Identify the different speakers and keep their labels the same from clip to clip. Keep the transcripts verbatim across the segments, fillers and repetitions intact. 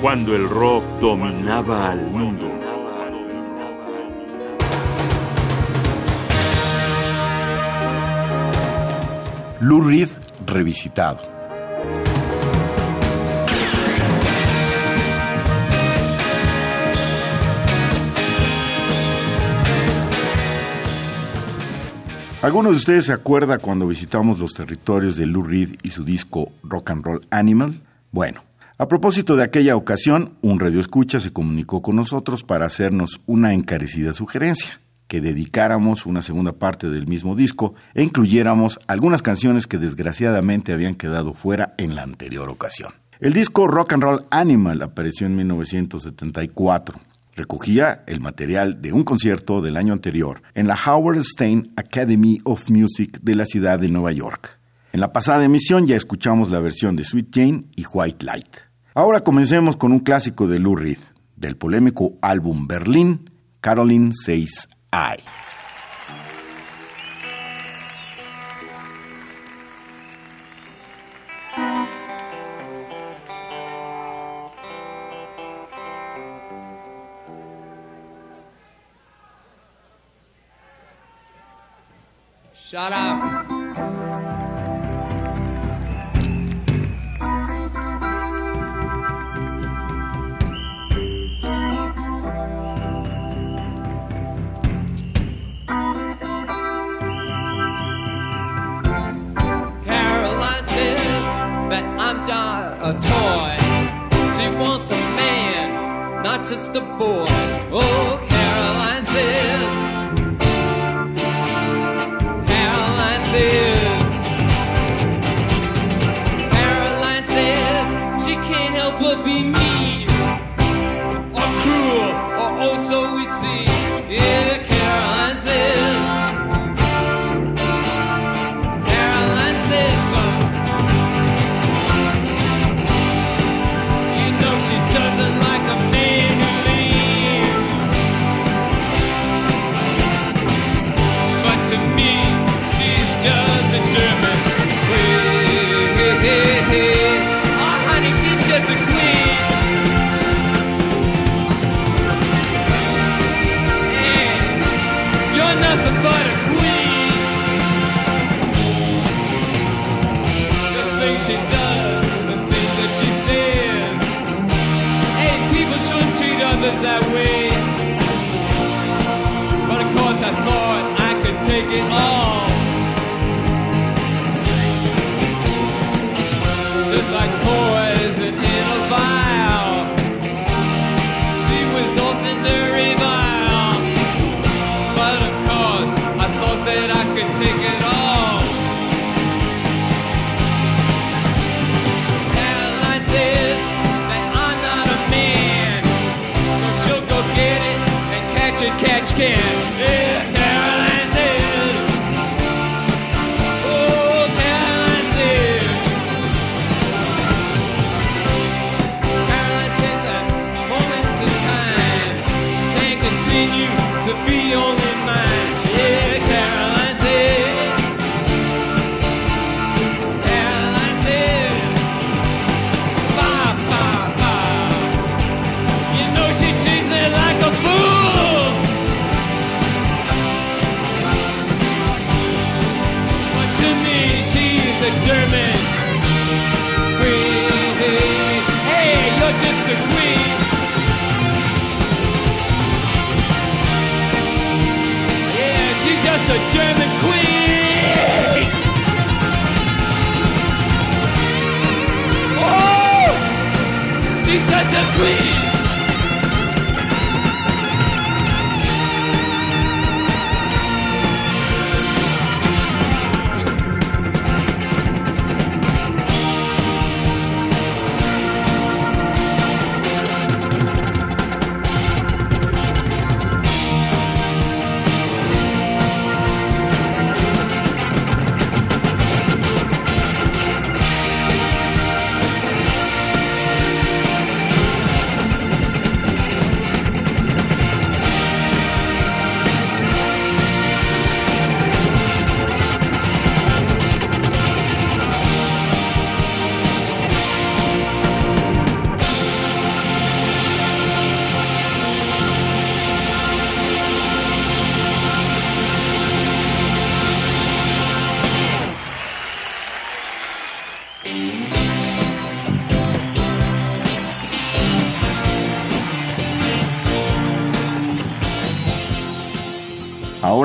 Speaker 1: cuando el rock dominaba al mundo.
Speaker 2: Lou Reed revisitado. ¿Alguno de ustedes se acuerda cuando visitamos los territorios de Lou Reed y su disco Rock and Roll Animal? Bueno, a propósito de aquella ocasión, un radioescucha se comunicó con nosotros para hacernos una encarecida sugerencia, que dedicáramos una segunda parte del mismo disco e incluyéramos algunas canciones que desgraciadamente habían quedado fuera en la anterior ocasión. El disco Rock and Roll Animal apareció en mil novecientos setenta y cuatro. Recogía el material de un concierto del año anterior en la Howard Stein Academy of Music de la ciudad de Nueva York. En la pasada emisión ya escuchamos la versión de Sweet Jane y White Light. Ahora comencemos con un clásico de Lou Reed, del polémico álbum Berlin, Caroline Says I.
Speaker 3: Shut up.
Speaker 4: A toy. She wants a man, not just a boy. Oh, Caroline says, Caroline says, Caroline says she can't help but be mean or cruel or oh so we see. Yeah, Caroline says, Caroline says. Doesn't like a man who leaves, but to me she's just a German. Hey, hey, hey, hey. Oh, honey, she's just a queen. And you're nothing but a queen. The things she does, the things that she says. People shouldn't treat others that way. But of course I thought I could take it all. Just like poison in a vial. She was often very vile. But of course I thought that I could take it all. Caroline says catch can. Yeah, Caroline says. Oh, Caroline says. Caroline says that moments of time can't continue to be only mine. Yeah, Caroline says. Caroline says. Bye, bye, bye. You know she treats me like a fool. The German queen. Hey, you're just a queen. Yeah, she's just a German queen. Oh, she's just a queen.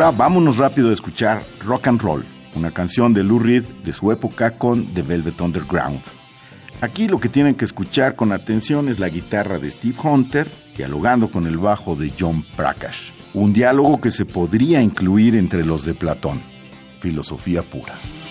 Speaker 2: ahora vámonos rápido a escuchar Rock and Roll, una canción de Lou Reed de su época con The Velvet Underground. Aquí lo que tienen que escuchar con atención es la guitarra de Steve Hunter dialogando con el bajo de John Prakash. Un diálogo que se podría incluir entre los de Platón. Filosofía pura.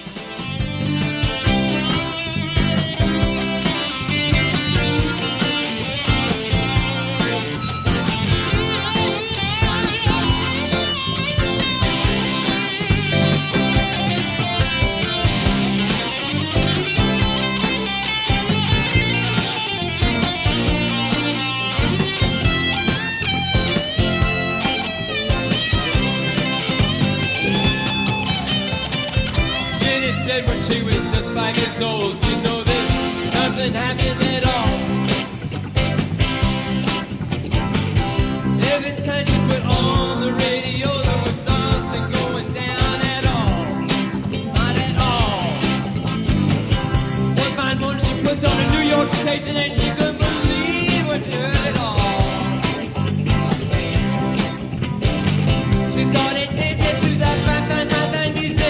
Speaker 4: When she was just five years old, you know there's nothing happened at all. Every time she put on the radio, there was nothing going down at all. Not at all. One fine morning she puts on a New York station and she couldn't believe what she heard at all. She started dancing to that fine, fine, fine, fine music.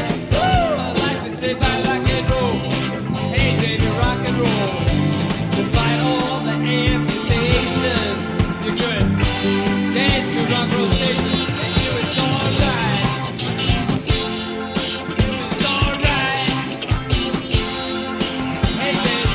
Speaker 4: Despite all the amputations, you could dance to rock and roll station, and it was alright. It was alright. Hey, baby.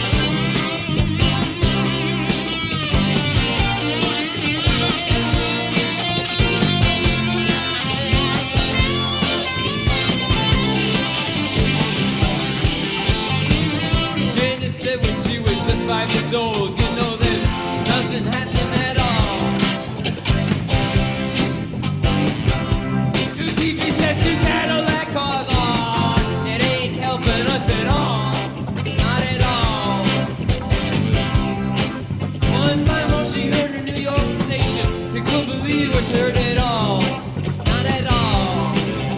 Speaker 4: Jenny said when she was just five years old, you know there's nothing happening at all. Two T V sets, two Cadillac cars, oh, it ain't helping us at all. Not at all. One time when she heard her New York station, she couldn't believe what she heard at all. Not at all.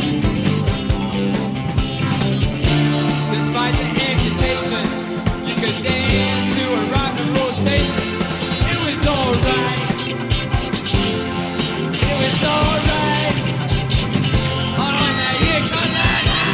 Speaker 4: Despite the amputation, you could dance to a rock and roll station. It was alright. It was alright. Oh, now here comes that now.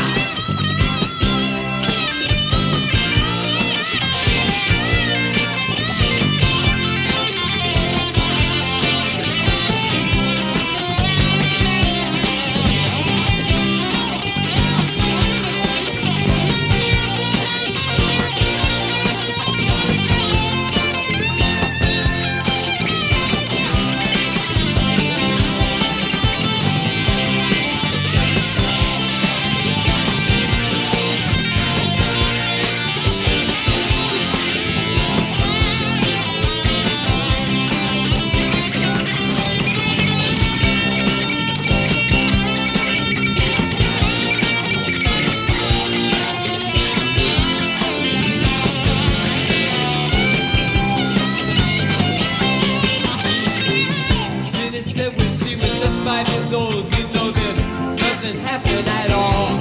Speaker 4: Jenny said when she was just five years old, you know there's nothing happened at all.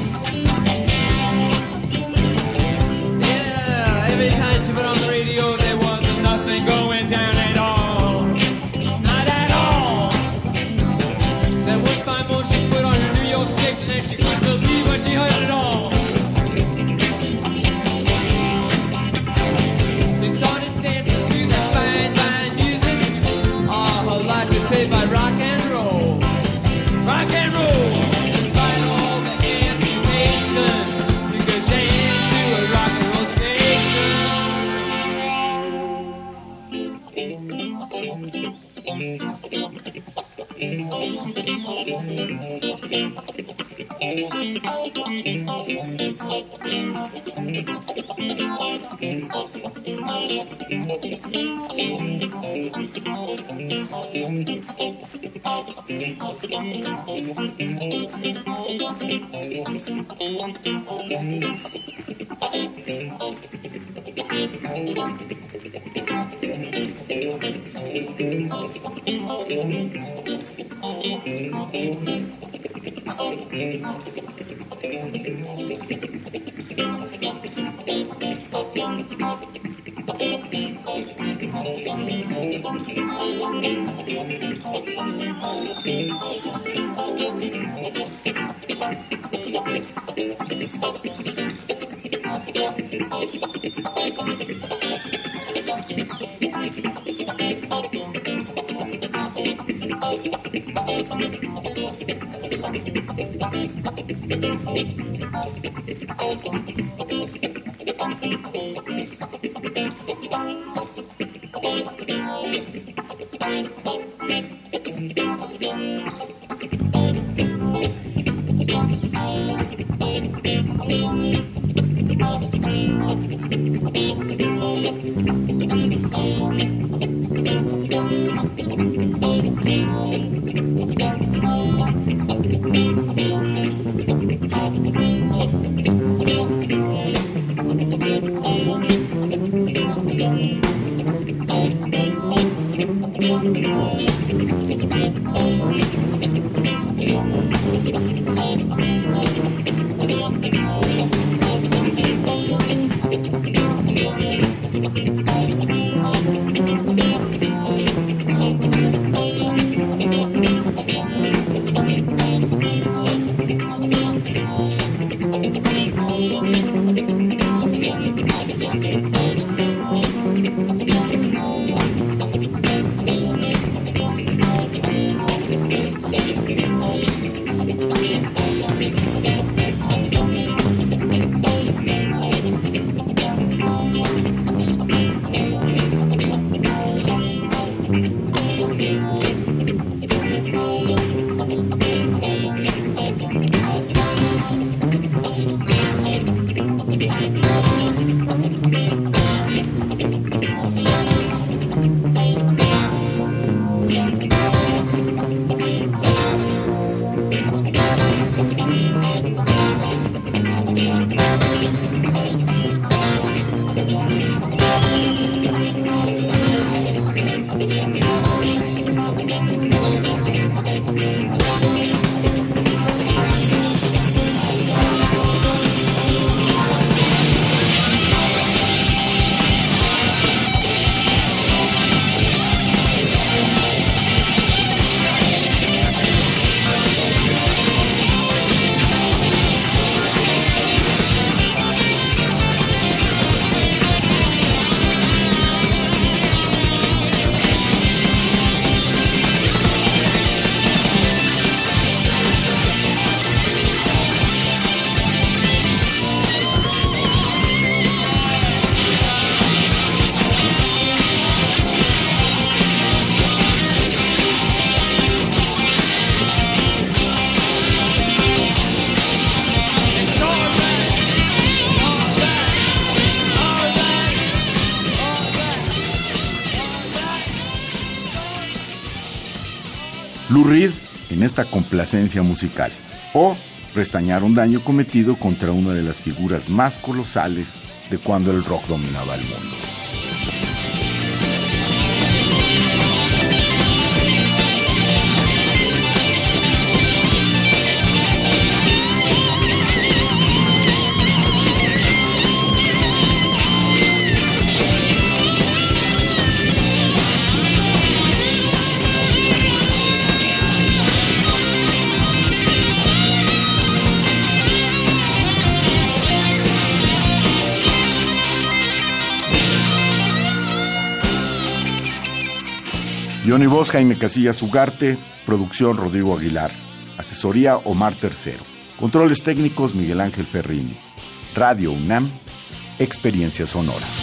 Speaker 4: Yeah, every time she put on the radio, there wasn't nothing going down at all. Not at all. Then one fine morning she put on her New York station and she couldn't believe what she heard at all. She started dancing to that fine, fine music. All her life was saved by rock and roll. Rock and roll. Despite all the amputation, you could dance to a rock and roll station. Thank you.
Speaker 2: Lou Reed en esta complacencia musical, o restañar un daño cometido contra una de las figuras más colosales de cuando el rock dominaba el mundo. Guión y voz, Jaime Casillas Ugarte. Producción, Rodrigo Aguilar. Asesoría, Omar Tercero. Controles técnicos, Miguel Ángel Ferrini. Radio UNAM, Experiencia Sonora.